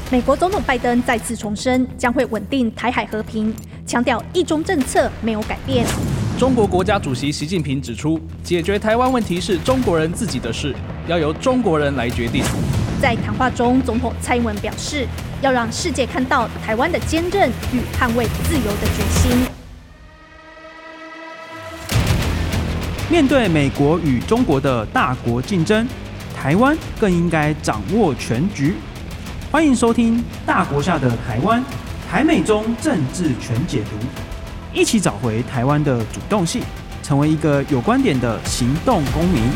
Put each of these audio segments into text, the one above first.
美国总统拜登再次重申将会稳定台海和平，强调一中政策没有改变。 中国国家主席习近平指出，解决台湾问题是中国人自己的事，要由中国人来决定。 在谈话中，总统蔡英文表示，要让世界看到台湾的坚韧与捍卫自由的决心。 面对美国与中国的大国竞争，台湾更应该掌握全局。欢迎收听《大国下的台湾》，台美中政治全解读，一起找回台湾的主动性，成为一个有观点的行动公民。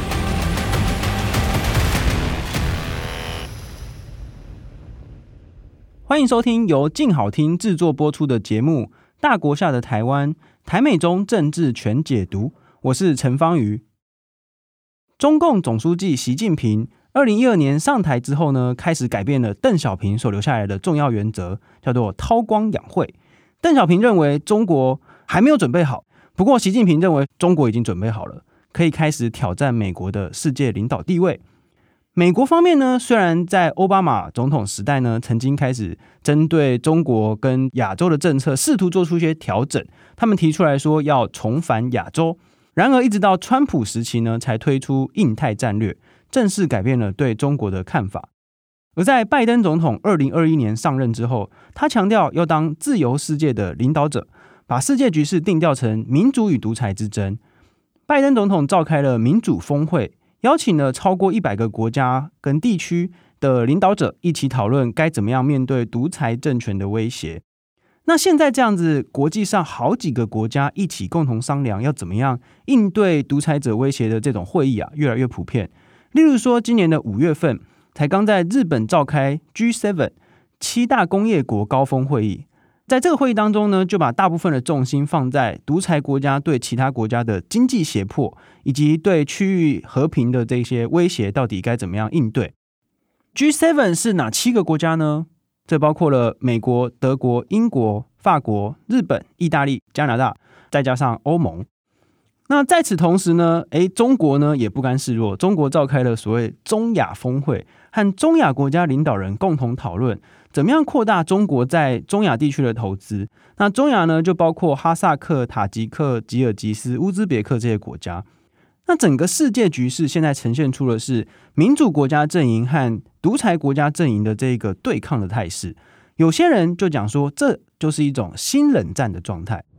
欢迎收听由静好听制作播出的节目《大国下的台湾》，台美中政治全解读。我是陈芳瑜。中共总书记习近平2012年上台之后呢，开始改变了邓小平所留下来的重要原则，叫做韬光养晦。邓小平认为中国还没有准备好，不过习近平认为中国已经准备好了，可以开始挑战美国的世界领导地位。美国方面呢，虽然在奥巴马总统时代呢，曾经开始针对中国跟亚洲的政策试图做出一些调整，他们提出来说要重返亚洲。然而一直到川普时期呢，才推出印太战略，正式改变了对中国的看法。而在拜登总统2021年上任之后，他强调要当自由世界的领导者，把世界局势定调成民主与独裁之争。拜登总统召开了民主峰会，邀请了超过100个国家跟地区的领导者一起讨论该怎么样面对独裁政权的威胁。那现在这样子，国际上好几个国家一起共同商量要怎么样应对独裁者威胁的这种会议啊，越来越普遍。例如说，今年的5月份才刚在日本召开 G7 7大工业国高峰会议，在这个会议当中呢，就把大部分的重心放在独裁国家对其他国家的经济胁迫，以及对区域和平的这些威胁到底该怎么样应对。G7 是哪7个国家呢？这包括了美国、德国、英国、法国、日本、意大利、加拿大，再加上欧盟。那在此同时呢，中国呢也不甘示弱，中国召开了所谓中亚峰会，和中亚国家领导人共同讨论怎么样扩大中国在中亚地区的投资。那中亚呢就包括哈萨克、塔吉克、吉尔吉斯、乌兹别克这些国家。那整个世界局势现在呈现出的是民主国家阵营和独裁国家阵营的这个对抗的态势。有些人就讲说，这就是一种新冷战的状态。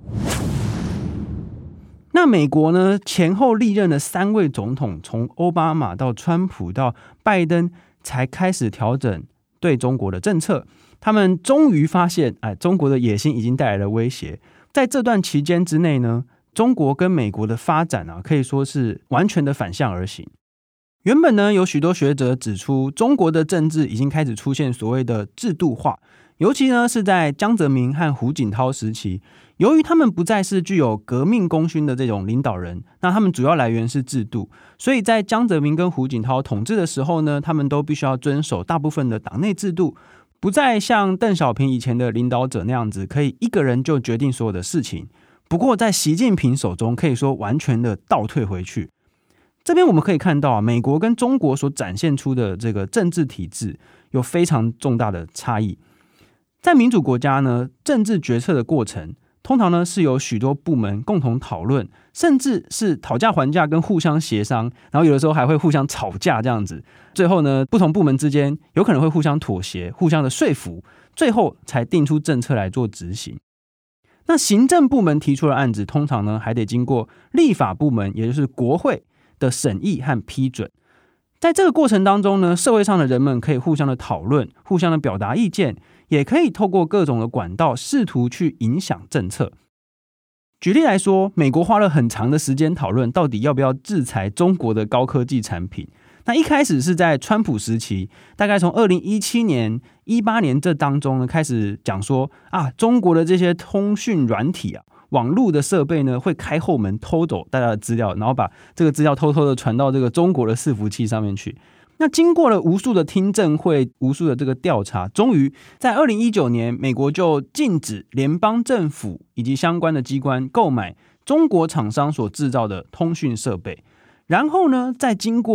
那美国呢，前后历任的3位总统，从奥巴马到川普到拜登，才开始调整对中国的政策。他们终于发现，中国的野心已经带来了威胁。在这段期间之内呢，中国跟美国的发展可以说是完全的反向而行。原本呢，有许多学者指出，中国的政治已经开始出现所谓的制度化，尤其呢是在江泽民和胡锦涛时期，由于他们不再是具有革命功勋的这种领导人，那他们主要来源是制度，所以在江泽民跟胡锦涛统治的时候呢，他们都必须要遵守大部分的党内制度，不再像邓小平以前的领导者那样子，可以一个人就决定所有的事情。不过在习近平手中，可以说完全的倒退回去。这边我们可以看到美国跟中国所展现出的这个政治体制有非常重大的差异。在民主国家呢，政治决策的过程通常呢是由许多部门共同讨论，甚至是讨价还价跟互相协商，然后有的时候还会互相吵架这样子。最后呢，不同部门之间有可能会互相妥协，互相的说服，最后才定出政策来做执行。那行政部门提出的案子，通常呢还得经过立法部门，也就是国会的审议和批准。在这个过程当中呢，社会上的人们可以互相的讨论，互相的表达意见，也可以透过各种的管道试图去影响政策。举例来说，美国花了很长的时间讨论到底要不要制裁中国的高科技产品。那一开始是在川普时期，大概从2017年、18年这当中呢，开始讲说中国的这些通讯软体网络的设备呢，会开后门偷走大家的资料，然后把这个资料偷偷的传到这个中国的伺服器上面去。那经过了无数的听证会、无数的这个调查，终于在2019年，美国就禁止联邦政府以及相关的机关购买中国厂商所制造的通讯设备。然后呢，再经过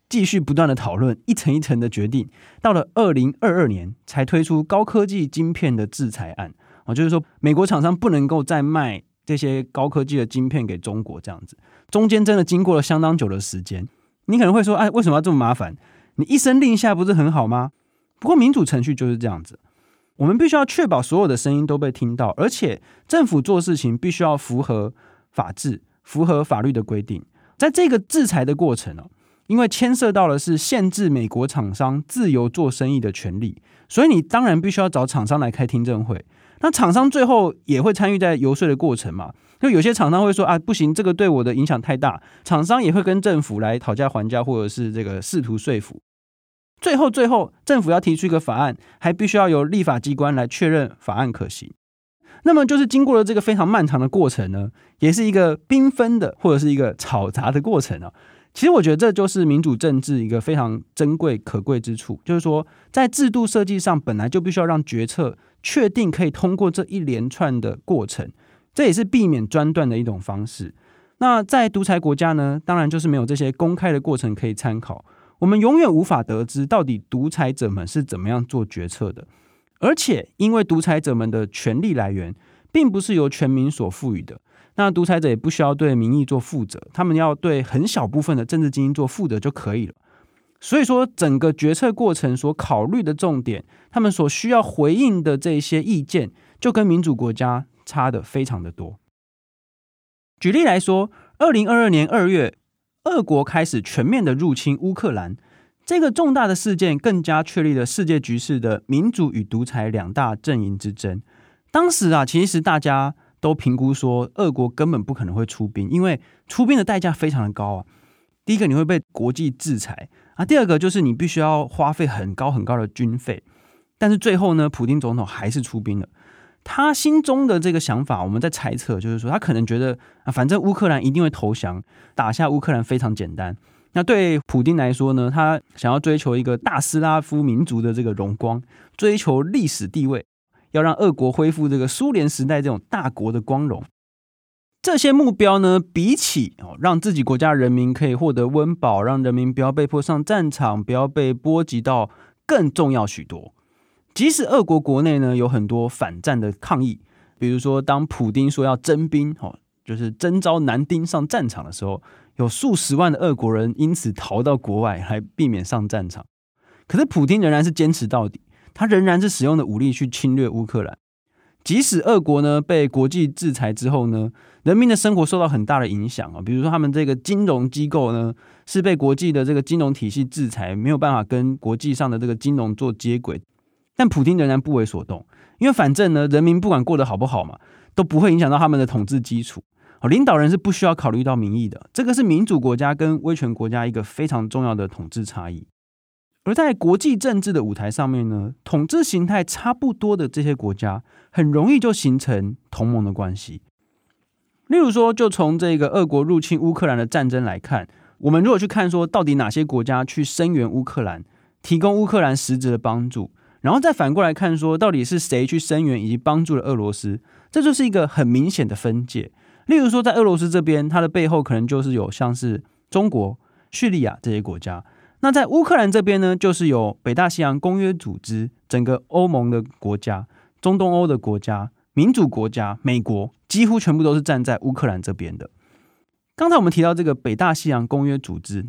继续不断的讨论，一层一层的决定，到了2022年才推出高科技晶片的制裁案，就是说美国厂商不能够再卖这些高科技的晶片给中国这样子。中间真的经过了相当久的时间。你可能会说，为什么要这么麻烦？你一声令下不是很好吗？不过民主程序就是这样子，我们必须要确保所有的声音都被听到，而且政府做事情必须要符合法治、符合法律的规定。在这个制裁的过程因为牵涉到的是限制美国厂商自由做生意的权利，所以你当然必须要找厂商来开听证会。那厂商最后也会参与在游说的过程嘛？就有些厂商会说不行，这个对我的影响太大，厂商也会跟政府来讨价还价，或者是这个试图说服。最后政府要提出一个法案，还必须要由立法机关来确认法案可行。那么就是经过了这个非常漫长的过程呢，也是一个缤纷的或者是一个吵杂的过程其实我觉得这就是民主政治一个非常珍贵可贵之处，就是说在制度设计上本来就必须要让决策确定可以通过这一连串的过程，这也是避免专断的一种方式。那在独裁国家呢，当然就是没有这些公开的过程可以参考，我们永远无法得知到底独裁者们是怎么样做决策的。而且因为独裁者们的权力来源并不是由全民所赋予的，那独裁者也不需要对民意做负责，他们要对很小部分的政治精英做负责就可以了。所以说整个决策过程所考虑的重点，他们所需要回应的这些意见，就跟民主国家差的非常的多。举例来说，2022年2月，俄国开始全面的入侵乌克兰，这个重大的事件更加确立了世界局势的民主与独裁两大阵营之争。当时其实大家都评估说，俄国根本不可能会出兵，因为出兵的代价非常的高第一个你会被国际制裁第二个就是你必须要花费很高很高的军费。但是最后呢，普丁总统还是出兵了。他心中的这个想法，我们在猜测，就是说他可能觉得反正乌克兰一定会投降，打下乌克兰非常简单。那对普丁来说呢，他想要追求一个大斯拉夫民族的这个荣光，追求历史地位，要让俄国恢复这个苏联时代这种大国的光荣。这些目标呢，比起让自己国家人民可以获得温饱，让人民不要被迫上战场，不要被波及到，更重要许多。即使俄国国内呢有很多反战的抗议，比如说当普丁说要征兵，就是征召男丁上战场的时候，有数十万的俄国人因此逃到国外来避免上战场。可是普丁仍然是坚持到底，他仍然是使用的武力去侵略乌克兰。即使俄国呢被国际制裁之后呢，人民的生活受到很大的影响比如说他们这个金融机构呢是被国际的这个金融体系制裁，没有办法跟国际上的这个金融做接轨。但普丁仍然不为所动，因为反正呢，人民不管过得好不好嘛，都不会影响到他们的统治基础。领导人是不需要考虑到民意的，这个是民主国家跟威权国家一个非常重要的统治差异。而在国际政治的舞台上面呢，统治形态差不多的这些国家，很容易就形成同盟的关系。例如说，就从这个俄国入侵乌克兰的战争来看，我们如果去看说，到底哪些国家去声援乌克兰，提供乌克兰实质的帮助，然后再反过来看说，到底是谁去声援以及帮助了俄罗斯，这就是一个很明显的分界。例如说，在俄罗斯这边，它的背后可能就是有像是中国、叙利亚这些国家。那在乌克兰这边呢，就是有北大西洋公约组织、整个欧盟的国家、中东欧的国家、民主国家、美国，几乎全部都是站在乌克兰这边的。刚才我们提到这个北大西洋公约组织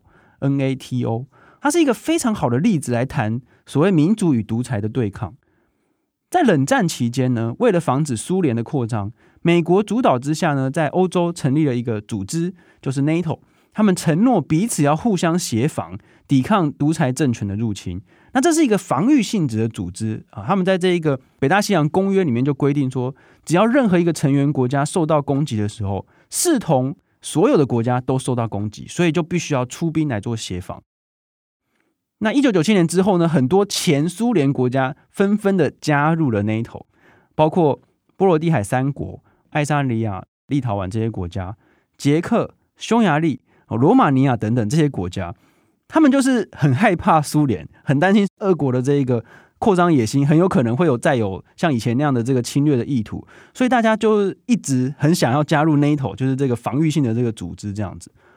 NATO， 它是一个非常好的例子来谈所谓民主与独裁的对抗。在冷战期间呢，为了防止苏联的扩张，美国主导之下呢，在欧洲成立了一个组织，就是 NATO。他们承诺彼此要互相协防，抵抗独裁政权的入侵。那这是一个防御性质的组织他们在这一个北大西洋公约里面就规定说，只要任何一个成员国家受到攻击的时候，视同所有的国家都受到攻击，所以就必须要出兵来做协防。那1997年之后呢，很多前苏联国家纷纷的加入了 NATO， 包括波罗的海三国、爱沙尼亚、立陶宛这些国家、捷克、匈牙利、罗马尼亚等等这些国家，他们就是很害怕苏联，很担心俄国的这个扩张野心很有可能会再有像以前那样的这个侵略的意图，所以大家就一直很想要加入 NATO， 就是这个防御性的这个组织这样子。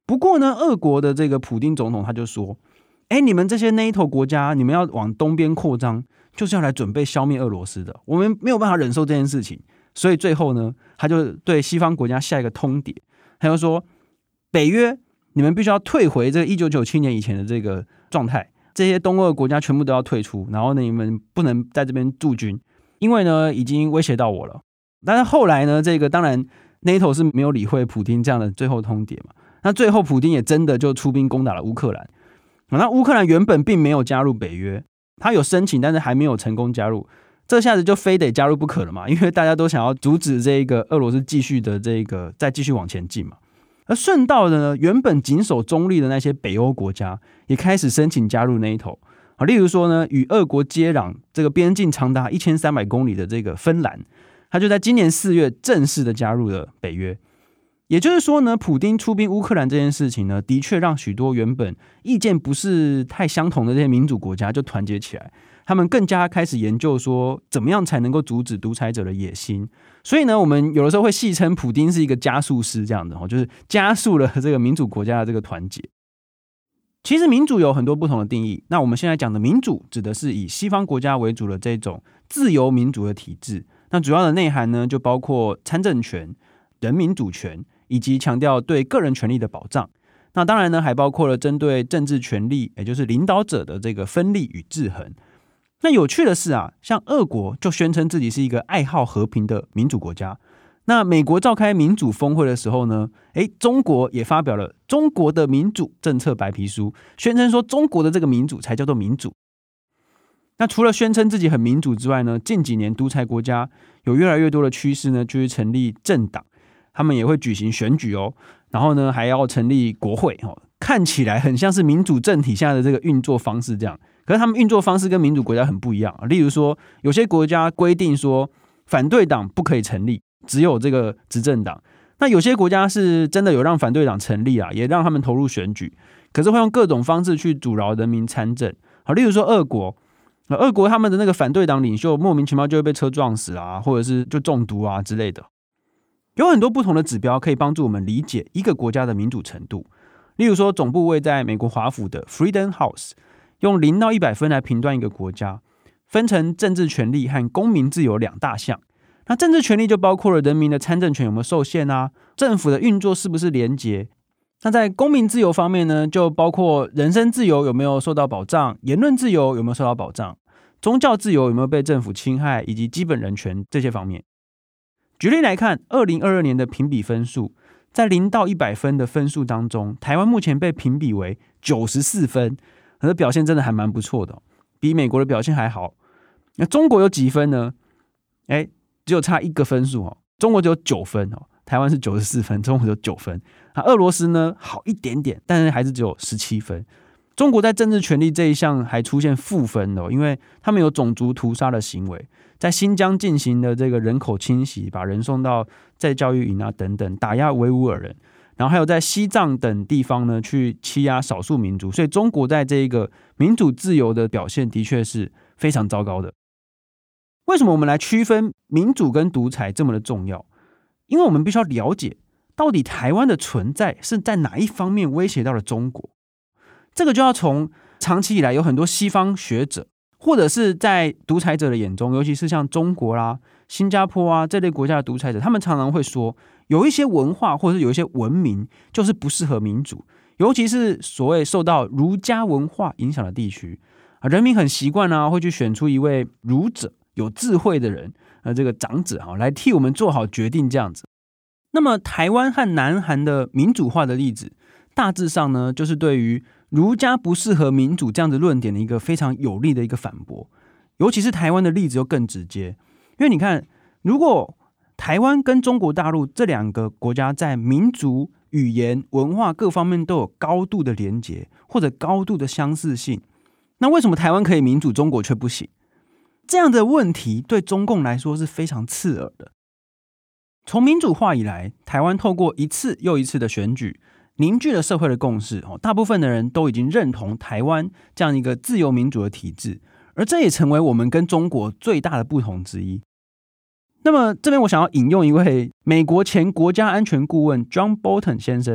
不过呢，俄国的这个普丁总统他就说，你们这些 NATO 国家，你们要往东边扩张，就是要来准备消灭俄罗斯的，我们没有办法忍受这件事情。所以最后呢，他就对西方国家下一个通牒，他就说，北约你们必须要退回这个1997年以前的这个状态，这些东俄国家全部都要退出，然后呢，你们不能在这边驻军，因为呢已经威胁到我了。但是后来呢，这个当然 NATO 是没有理会普丁这样的最后通牒嘛。那最后普丁也真的就出兵攻打了乌克兰。那乌克兰原本并没有加入北约，他有申请，但是还没有成功加入。这下子就非得加入不可了嘛，因为大家都想要阻止这个俄罗斯继续的再继续往前进嘛。而顺道的呢，原本谨守中立的那些北欧国家也开始申请加入 NATO。例如说呢，与俄国接壤这个边境长达1300公里的这个芬兰，他就在今年4月正式的加入了北约。也就是说呢，普丁出兵乌克兰这件事情呢，的确让许多原本意见不是太相同的这些民主国家就团结起来，他们更加开始研究说怎么样才能够阻止独裁者的野心。所以呢，我们有的时候会戏称普丁是一个加速师，这样的，就是加速了这个民主国家的这个团结。其实民主有很多不同的定义，那我们现在讲的民主指的是以西方国家为主的这种自由民主的体制，那主要的内涵呢，就包括参政权、人民主权，以及强调对个人权利的保障。那当然呢，还包括了针对政治权力，也就是领导者的这个分立与制衡。那有趣的是啊，像俄国就宣称自己是一个爱好和平的民主国家。那美国召开民主峰会的时候呢，中国也发表了中国的民主政策白皮书，宣称说中国的这个民主才叫做民主。那除了宣称自己很民主之外呢，近几年独裁国家有越来越多的趋势呢，就是成立政党，他们也会举行选举哦，然后呢还要成立国会哦，看起来很像是民主政体下的这个运作方式这样。可是他们运作方式跟民主国家很不一样，例如说有些国家规定说反对党不可以成立，只有这个执政党。那有些国家是真的有让反对党成立啊，也让他们投入选举，可是会用各种方式去阻挠人民参政。好，例如说俄国他们的那个反对党领袖莫名其妙就会被车撞死啊，或者是就中毒啊之类的。有很多不同的指标可以帮助我们理解一个国家的民主程度。例如说总部位在美国华府的 Freedom House 用0到100分来评断一个国家，分成政治权利和公民自由2大项。那政治权利就包括了人民的参政权有没有受限啊，政府的运作是不是廉洁。那在公民自由方面呢，就包括人身自由有没有受到保障，言论自由有没有受到保障，宗教自由有没有被政府侵害，以及基本人权这些方面。举例来看，2022年的评比分数，在0到100分的分数当中，台湾目前被评比为94分，而表现真的还蛮不错的，比美国的表现还好。那中国有几分呢？只有差1个分数哦，中国只有9分哦，台湾是94分，中国只有9分。俄罗斯呢好一点点，但是还是只有17分。中国在政治权利这一项还出现负分哦，因为他们有种族屠杀的行为，在新疆进行的这个人口清洗，把人送到再教育营啊等等，打压维吾尔人，然后还有在西藏等地方呢去欺压少数民族，所以中国在这个民主自由的表现的确是非常糟糕的。为什么我们来区分民主跟独裁这么的重要？因为我们必须要了解到底台湾的存在是在哪一方面威胁到了中国。这个就要从长期以来有很多西方学者，或者是在独裁者的眼中，尤其是像中国啦、新加坡啊这类国家的独裁者，他们常常会说有一些文化或者是有一些文明就是不适合民主，尤其是所谓受到儒家文化影响的地区，人民很习惯啊，会去选出一位儒者有智慧的人，这个长者来替我们做好决定这样子。那么台湾和南韩的民主化的例子，大致上呢，就是对于儒家不适合民主这样子论点的一个非常有力的一个反驳。尤其是台湾的例子又更直接，因为你看，如果台湾跟中国大陆这2个国家在民族、语言、文化各方面都有高度的连结，或者高度的相似性，那为什么台湾可以民主，中国却不行？这样的问题对中共来说是非常刺耳的。从民主化以来，台湾透过一次又一次的选举，凝聚了社会的共识，大部分的人都已经认同台湾这样一个自由民主的体制，而这也成为我们跟中国最大的不同之一。那么这边我想要引用一位美国前国家安全顾问 John Bolton 先生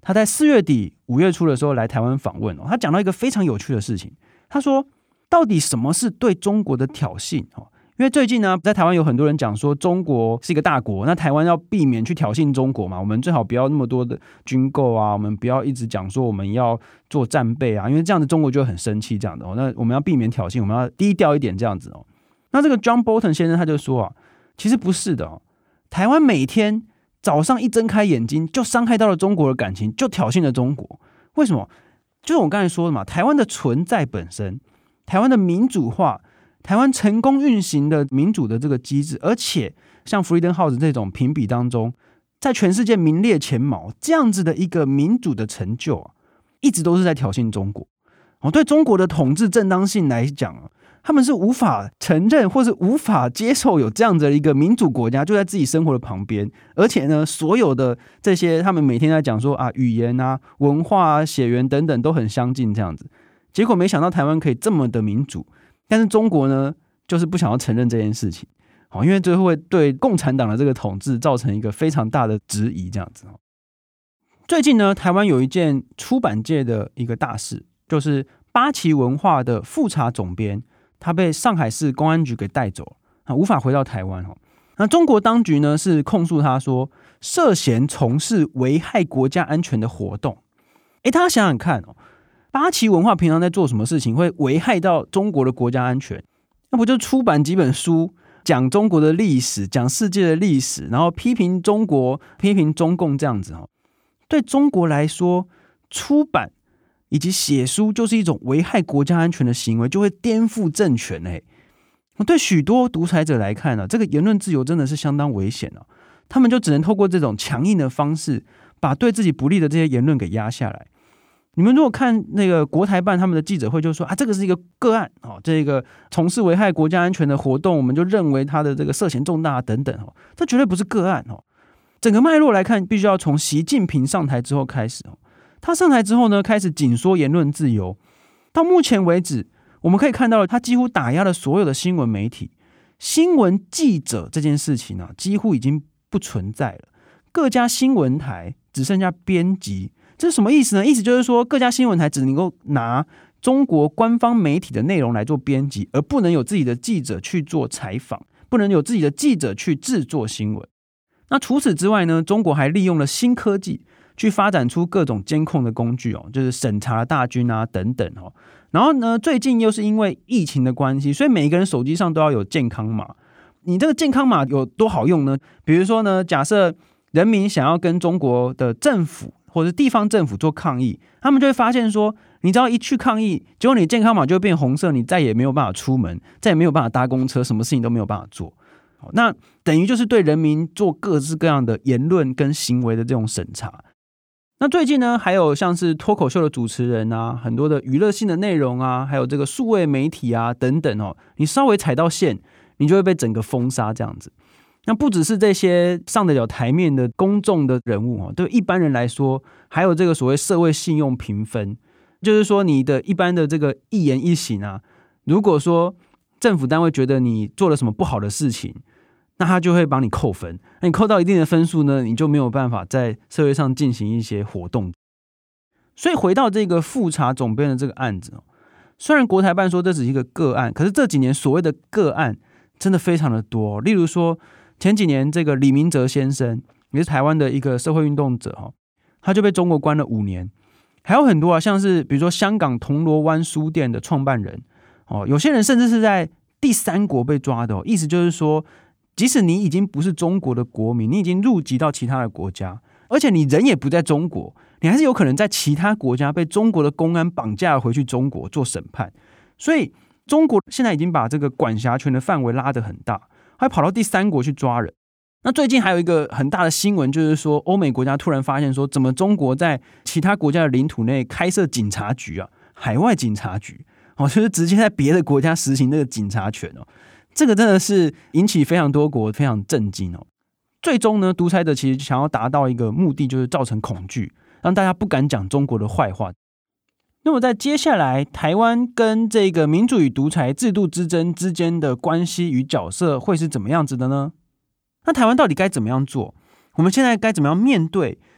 他在4月底5月初的时候来台湾访问他讲到一个非常有趣的事情，他说到底什么是对中国的挑衅？因为最近呢，在台湾有很多人讲说中国是一个大国，那台湾要避免去挑衅中国嘛，我们最好不要那么多的军购啊，我们不要一直讲说我们要做战备啊，因为这样子中国就会很生气这样的那我们要避免挑衅，我们要低调一点这样子那这个 John Bolton 先生他就说其实不是的台湾每天早上一睁开眼睛就伤害到了中国的感情，就挑衅了中国。为什么？就是我刚才说的嘛，台湾的存在本身，台湾的民主化，台湾成功运行的民主的这个机制，而且像 Freedom House 这种评比当中，在全世界名列前茅这样子的一个民主的成就一直都是在挑衅中国。对中国的统治正当性来讲他们是无法承认或是无法接受有这样的一个民主国家就在自己生活的旁边，而且呢，所有的这些他们每天在讲说语言文化血缘等等都很相近这样子。结果没想到台湾可以这么的民主，但是中国呢，就是不想要承认这件事情，因为这会对共产党的这个统治造成一个非常大的质疑这样子。最近呢，台湾有一件出版界的一个大事，就是八旗文化的副查总编他被上海市公安局给带走无法回到台湾那中国当局呢是控诉他说涉嫌从事危害国家安全的活动。大家想想看八旗文化平常在做什么事情会危害到中国的国家安全？那不就出版几本书，讲中国的历史，讲世界的历史，然后批评中国，批评中共这样子对中国来说，出版以及写书就是一种危害国家安全的行为，就会颠覆政权对许多独裁者来看这个言论自由真的是相当危险他们就只能透过这种强硬的方式，把对自己不利的这些言论给压下来。你们如果看那个国台办他们的记者会，就说这个是一个个案这个从事危害国家安全的活动，我们就认为他的这个涉嫌重大等等这绝对不是个案整个脉络来看，必须要从习近平上台之后开始他上台之后呢，开始紧缩言论自由。到目前为止，我们可以看到他几乎打压了所有的新闻媒体，新闻记者这件事情几乎已经不存在了。各家新闻台只剩下编辑，这是什么意思呢？意思就是说，各家新闻台只能够拿中国官方媒体的内容来做编辑，而不能有自己的记者去做采访，不能有自己的记者去制作新闻。那除此之外呢，中国还利用了新科技去发展出各种监控的工具就是审查大军等等然后呢，最近又是因为疫情的关系，所以每一个人手机上都要有健康码。你这个健康码有多好用呢？比如说呢，假设人民想要跟中国的政府或者地方政府做抗议，他们就会发现说，你只要一去抗议，结果你健康码就会变红色，你再也没有办法出门，再也没有办法搭公车，什么事情都没有办法做。那等于就是对人民做各式各样的言论跟行为的这种审查。那最近呢，还有像是脱口秀的主持人很多的娱乐性的内容还有这个数位媒体等等你稍微踩到线，你就会被整个封杀这样子。那不只是这些上得了台面的公众的人物对一般人来说，还有这个所谓社会信用评分，就是说你的一般的这个一言一行如果说政府单位觉得你做了什么不好的事情，那他就会帮你扣分，那你扣到一定的分数呢，你就没有办法在社会上进行一些活动。所以回到这个复查总编的这个案子虽然国台办说这只是一个个案，可是这几年所谓的个案真的非常的多例如说前几年这个李明哲先生也是台湾的一个社会运动者他就被中国关了5年。还有很多像是比如说香港铜锣湾书店的创办人有些人甚至是在第三国被抓的意思就是说，即使你已经不是中国的国民，你已经入籍到其他的国家，而且你人也不在中国，你还是有可能在其他国家被中国的公安绑架回去中国做审判。所以中国现在已经把这个管辖权的范围拉得很大，还跑到第三国去抓人。那最近还有一个很大的新闻，就是说欧美国家突然发现说，怎么中国在其他国家的领土内开设警察局海外警察局就是直接在别的国家实行这个警察权这个真的是引起非常多国非常震惊最终呢，独裁者其实想要达到一个目的，就是造成恐惧，让大家不敢讲中国的坏话。那么在接下来，台湾跟这个民主与独裁制度之争之间的关系与角色会是怎么样子的呢？那台湾到底该怎么样做？我们现在该怎么样面对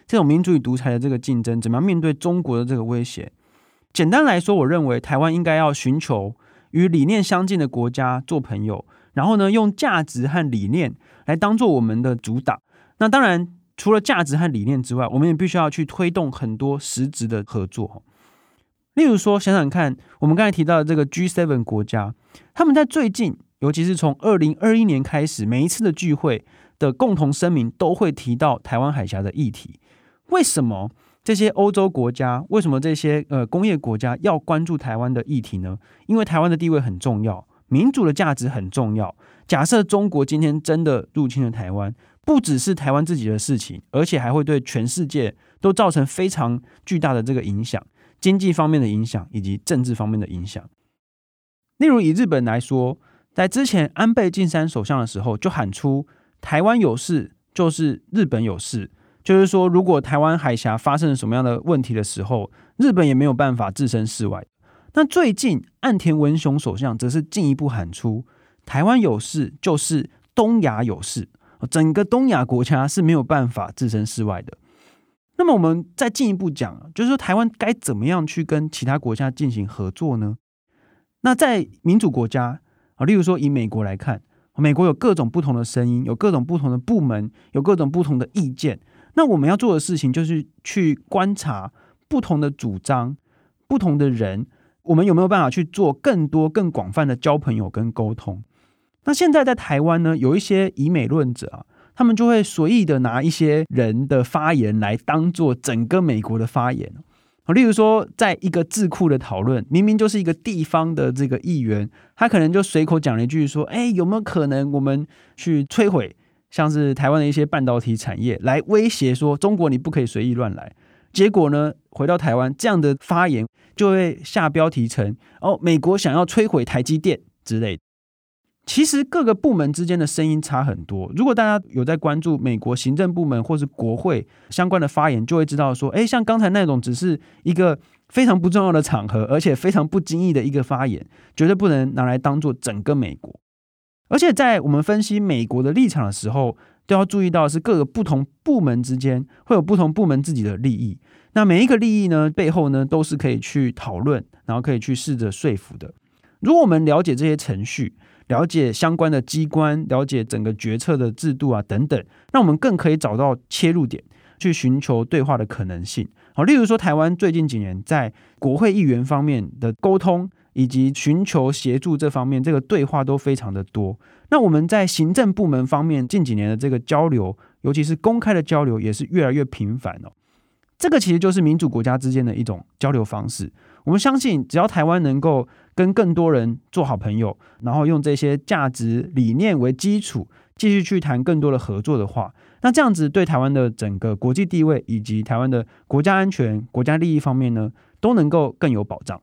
这种民主与独裁的这个竞争，怎么样面对中国的这个威胁。简单来说，我认为台湾应该要寻求与理念相近的国家做朋友，然后呢，用价值和理念来当做我们的主打。那当然，除了价值和理念之外，我们也必须要去推动很多实质的合作。例如说，想想看，我们刚才提到的这个 G7 国家，他们在最近，尤其是从2021年开始，每一次的聚会的共同声明都会提到台湾海峡的议题。为什么这些欧洲国家，为什么这些工业国家要关注台湾的议题呢？因为台湾的地位很重要，民主的价值很重要。假设中国今天真的入侵了台湾，不只是台湾自己的事情，而且还会对全世界都造成非常巨大的这个影响，经济方面的影响以及政治方面的影响。例如以日本来说，在之前安倍晋三首相的时候就喊出台湾有事就是日本有事，就是说如果台湾海峡发生了什么样的问题的时候，日本也没有办法置身事外。那最近岸田文雄首相则是进一步喊出台湾有事就是东亚有事，整个东亚国家是没有办法置身事外的。那么我们再进一步讲，就是说台湾该怎么样去跟其他国家进行合作呢？那在民主国家，例如说以美国来看，美国有各种不同的声音，有各种不同的部门，有各种不同的意见。那我们要做的事情就是去观察不同的主张，不同的人，我们有没有办法去做更多更广泛的交朋友跟沟通。那现在在台湾呢，有一些以美论者他们就会随意的拿一些人的发言来当做整个美国的发言。例如说在一个智库的讨论，明明就是一个地方的这个议员，他可能就随口讲了一句说，有没有可能我们去摧毁像是台湾的一些半导体产业，来威胁说中国你不可以随意乱来。结果呢，回到台湾这样的发言就会下标题成美国想要摧毁台积电之类的。其实各个部门之间的声音差很多，如果大家有在关注美国行政部门或是国会相关的发言，就会知道说像刚才那种只是一个非常不重要的场合，而且非常不经意的一个发言，绝对不能拿来当做整个美国。而且在我们分析美国的立场的时候，都要注意到的是各个不同部门之间会有不同部门自己的利益，那每一个利益呢背后呢都是可以去讨论，然后可以去试着说服的。如果我们了解这些程序，了解相关的机关，了解整个决策的制度等等，那我们更可以找到切入点，去寻求对话的可能性。例如说台湾最近几年在国会议员方面的沟通以及寻求协助这方面，这个对话都非常的多。那我们在行政部门方面近几年的这个交流，尤其是公开的交流也是越来越频繁。这个其实就是民主国家之间的一种交流方式。我们相信只要台湾能够跟更多人做好朋友，然后用这些价值理念为基础继续去谈更多的合作的话，那这样子对台湾的整个国际地位以及台湾的国家安全、国家利益方面呢，都能够更有保障。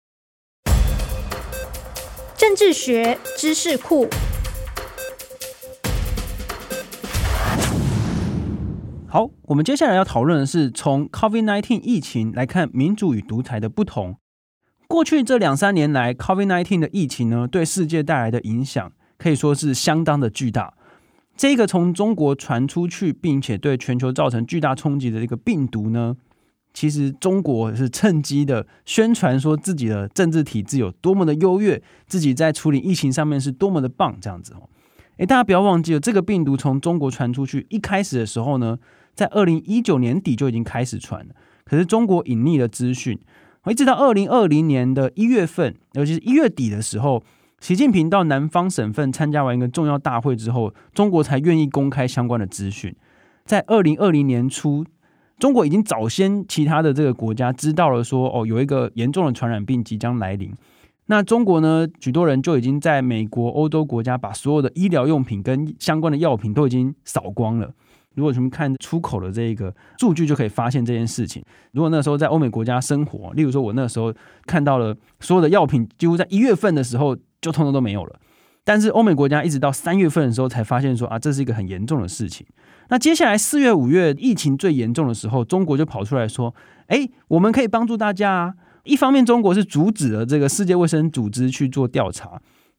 政治学知识库。 好，我们接下来要讨论的是从 COVID-19 疫情来看民主与独裁的不同。过去这2-3年来 COVID-19 的疫情呢，对世界带来的影响可以说是相当的巨大。这个从中国传出去并且对全球造成巨大冲击的这个病毒呢，其实中国是趁机的宣传说自己的政治体制有多么的优越，自己在处理疫情上面是多么的棒这样子。大家不要忘记了，这个病毒从中国传出去一开始的时候呢，在2019年底就已经开始传了，可是中国隐匿了资讯，一直到2020年的1月份，尤其是1月底的时候，习近平到南方省份参加完一个重要大会之后，中国才愿意公开相关的资讯。在2020年初，中国已经早先其他的这个国家知道了说有一个严重的传染病即将来临。那中国呢，许多人就已经在美国、欧洲国家把所有的医疗用品跟相关的药品都已经扫光了。如果我们看出口的这个数据，就可以发现这件事情。如果那时候在欧美国家生活，例如说我那时候看到了所有的药品几乎在1月份的时候就通通都没有了，但是欧美国家一直到3月份的时候才发现说这是一个很严重的事情。那接下来4月、5月疫情最严重的时候，中国就跑出来说我们可以帮助大家一方面中国是阻止了这个世界卫生组织去做调查，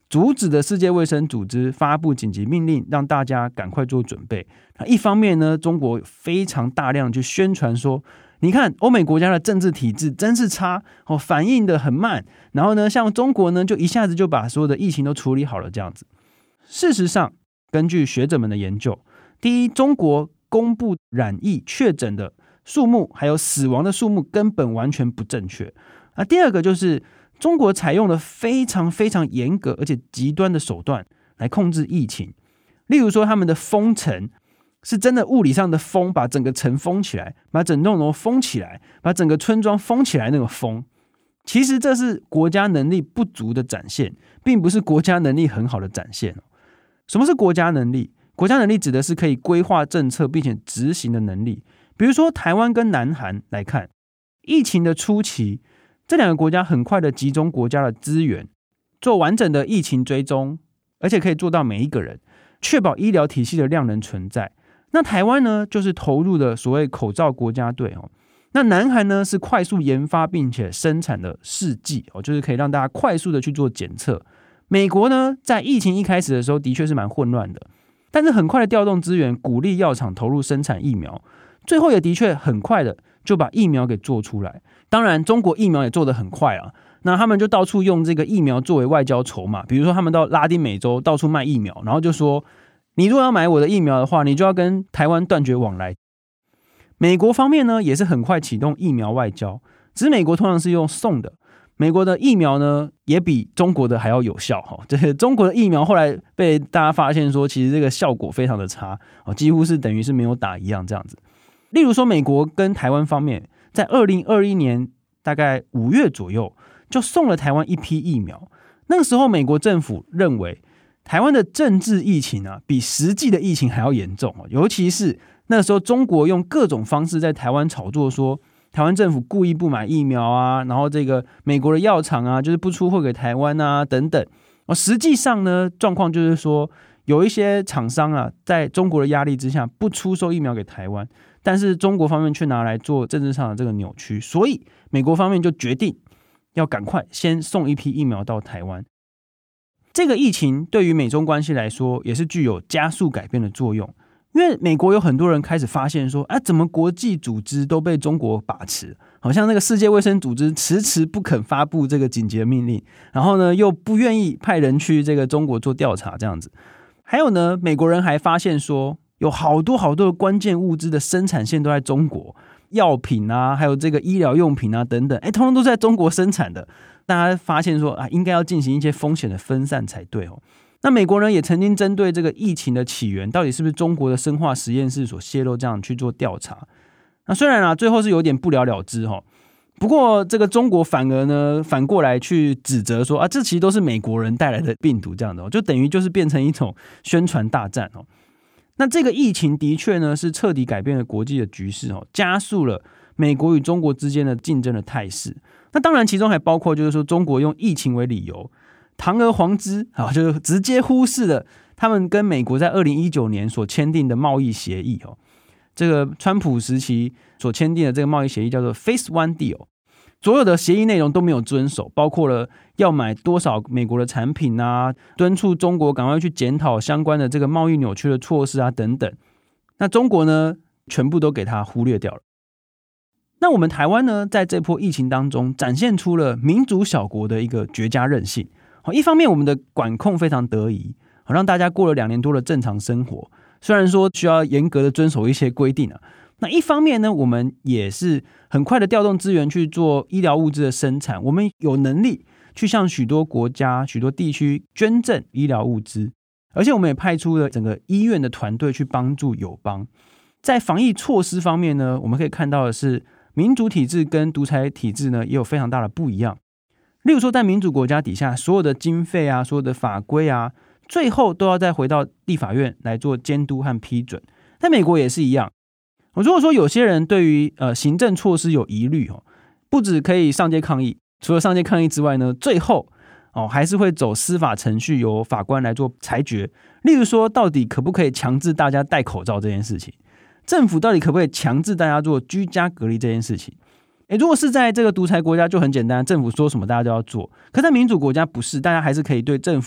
阻止的世界卫生组织发布紧急命令，让大家赶快做准备。一方面呢，中国非常大量去宣传说，你看欧美国家的政治体制真是差，反应的很慢，然后呢，像中国呢，就一下子就把所有的疫情都处理好了这样子。事实上，根据学者们的研究，第一，中国公布染疫确诊的数目还有死亡的数目根本完全不正确。第二个就是中国采用了非常非常严格而且极端的手段来控制疫情，例如说他们的封城是真的物理上的封，把整个城封起来，把整栋楼封起来，把整个村庄封起来那个封。其实这是国家能力不足的展现，并不是国家能力很好的展现。什么是国家能力？国家能力指的是可以规划政策并且执行的能力。比如说台湾跟南韩来看，疫情的初期，这两个国家很快的集中国家的资源，做完整的疫情追踪，而且可以做到每一个人，确保医疗体系的量能存在。那台湾呢，就是投入了所谓口罩国家队。那南韩呢，是快速研发并且生产的试剂，就是可以让大家快速的去做检测。美国呢，在疫情一开始的时候的确是蛮混乱的，但是很快的调动资源，鼓励药厂投入生产疫苗，最后也的确很快的就把疫苗给做出来。当然中国疫苗也做得很快啊，那他们就到处用这个疫苗作为外交筹码，比如说他们到拉丁美洲到处卖疫苗，然后就说你如果要买我的疫苗的话，你就要跟台湾断绝往来。美国方面呢，也是很快启动疫苗外交，只是美国通常是用送的，美国的疫苗呢也比中国的还要有效。中国的疫苗后来被大家发现说，其实这个效果非常的差，几乎是等于是没有打一样这样子。例如说美国跟台湾方面在2021年大概5月左右就送了台湾一批疫苗，那个时候美国政府认为台湾的政治疫情比实际的疫情还要严重，尤其是那个时候中国用各种方式在台湾炒作说台湾政府故意不买疫苗啊，然后这个美国的药厂啊就是不出货给台湾啊等等。实际上呢，状况就是说有一些厂商在中国的压力之下不出售疫苗给台湾，但是中国方面却拿来做政治上的这个扭曲，所以美国方面就决定要赶快先送一批疫苗到台湾。这个疫情对于美中关系来说也是具有加速改变的作用，因为美国有很多人开始发现说，怎么国际组织都被中国把持，好像那个世界卫生组织迟迟不肯发布这个紧急的命令，然后呢又不愿意派人去这个中国做调查这样子。还有呢，美国人还发现说有好多的关键物资的生产线都在中国，药品啊，还有这个医疗用品啊等等，通通都是在中国生产的。大家发现说应该要进行一些风险的分散才对。那美国人也曾经针对这个疫情的起源到底是不是中国的生化实验室所泄露这样去做调查。那虽然最后是有点不了了之，不过这个中国反而呢反过来去指责说这其实都是美国人带来的病毒这样的，就等于就是变成一种宣传大战。那这个疫情的确呢是彻底改变了国际的局势，加速了美国与中国之间的竞争的态势。那当然其中还包括就是说中国用疫情为理由堂而皇之就直接忽视了他们跟美国在2019年所签订的贸易协议。这个川普时期所签订的这个贸易协议叫做 Phase One Deal， 所有的协议内容都没有遵守，包括了要买多少美国的产品啊，敦促中国赶快去检讨相关的这个贸易扭曲的措施啊等等。那中国呢全部都给他忽略掉了。那我们台湾呢在这波疫情当中展现出了民主小国的一个绝佳韧性。一方面我们的管控非常得宜，让大家过了2年多的正常生活，虽然说需要严格的遵守一些规定那一方面呢我们也是很快的调动资源去做医疗物资的生产，我们有能力去向许多国家许多地区捐赠医疗物资，而且我们也派出了整个医院的团队去帮助友邦。在防疫措施方面呢，我们可以看到的是民主体制跟独裁体制呢也有非常大的不一样。例如说在民主国家底下，所有的经费啊，所有的法规啊，最后都要再回到立法院来做监督和批准。在美国也是一样，如果说有些人对于行政措施有疑虑，不只可以上街抗议，除了上街抗议之外呢，最后还是会走司法程序，由法官来做裁决。例如说到底可不可以强制大家戴口罩这件事情，政府到底可不可以强制大家做居家隔离这件事情。如果是在这个独裁国家就很简单，政府说什么大家都要做，可在民主国家不是，大家还是可以对政府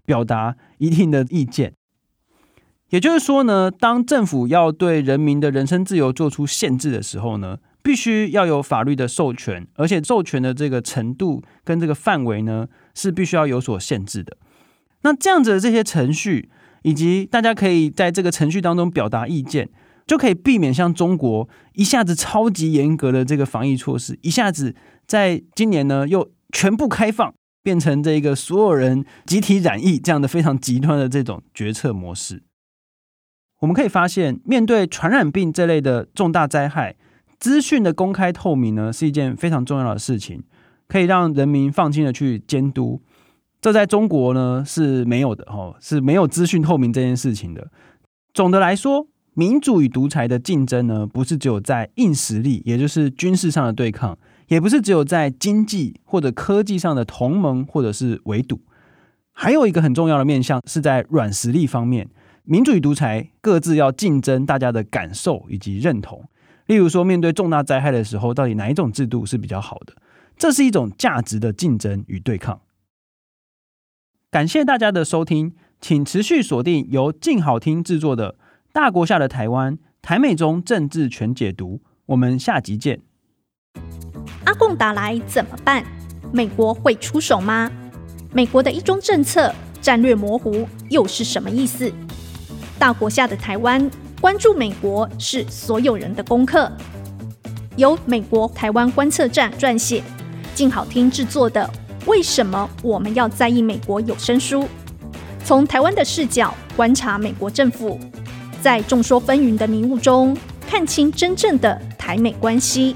表达一定的意见。也就是说呢，当政府要对人民的人身自由做出限制的时候呢，必须要有法律的授权，而且授权的这个程度跟这个范围呢，是必须要有所限制的。那这样子的这些程序，以及大家可以在这个程序当中表达意见，就可以避免像中国一下子超级严格的这个防疫措施，一下子在今年呢又全部开放，变成这个所有人集体染疫这样的非常极端的这种决策模式。我们可以发现，面对传染病这类的重大灾害，资讯的公开透明呢，是一件非常重要的事情，可以让人民放心的去监督。这在中国呢是没有的，是没有资讯透明这件事情的。总的来说，民主与独裁的竞争呢，不是只有在硬实力，也就是军事上的对抗，也不是只有在经济或者科技上的同盟或者是围堵，还有一个很重要的面向是在软实力方面。民主与独裁各自要竞争大家的感受以及认同，例如说面对重大灾害的时候，到底哪一种制度是比较好的，这是一种价值的竞争与对抗。感谢大家的收听，请持续锁定由静好听制作的大国下的台湾台美中政治全解读，我们下集见。 阿共打来怎么办？美国会出手吗？美国的一中政策战略模糊又是什么意思？大国下的台湾，关注美国是所有人的功课。由美国台湾观测站撰写，静好听制作的《为什么我们要在意美国》有声书，从台湾的视角观察美国政府，在众说纷纭的迷雾中看清真正的台美关系。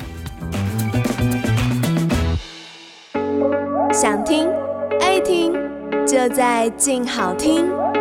想听爱听，就在静好听。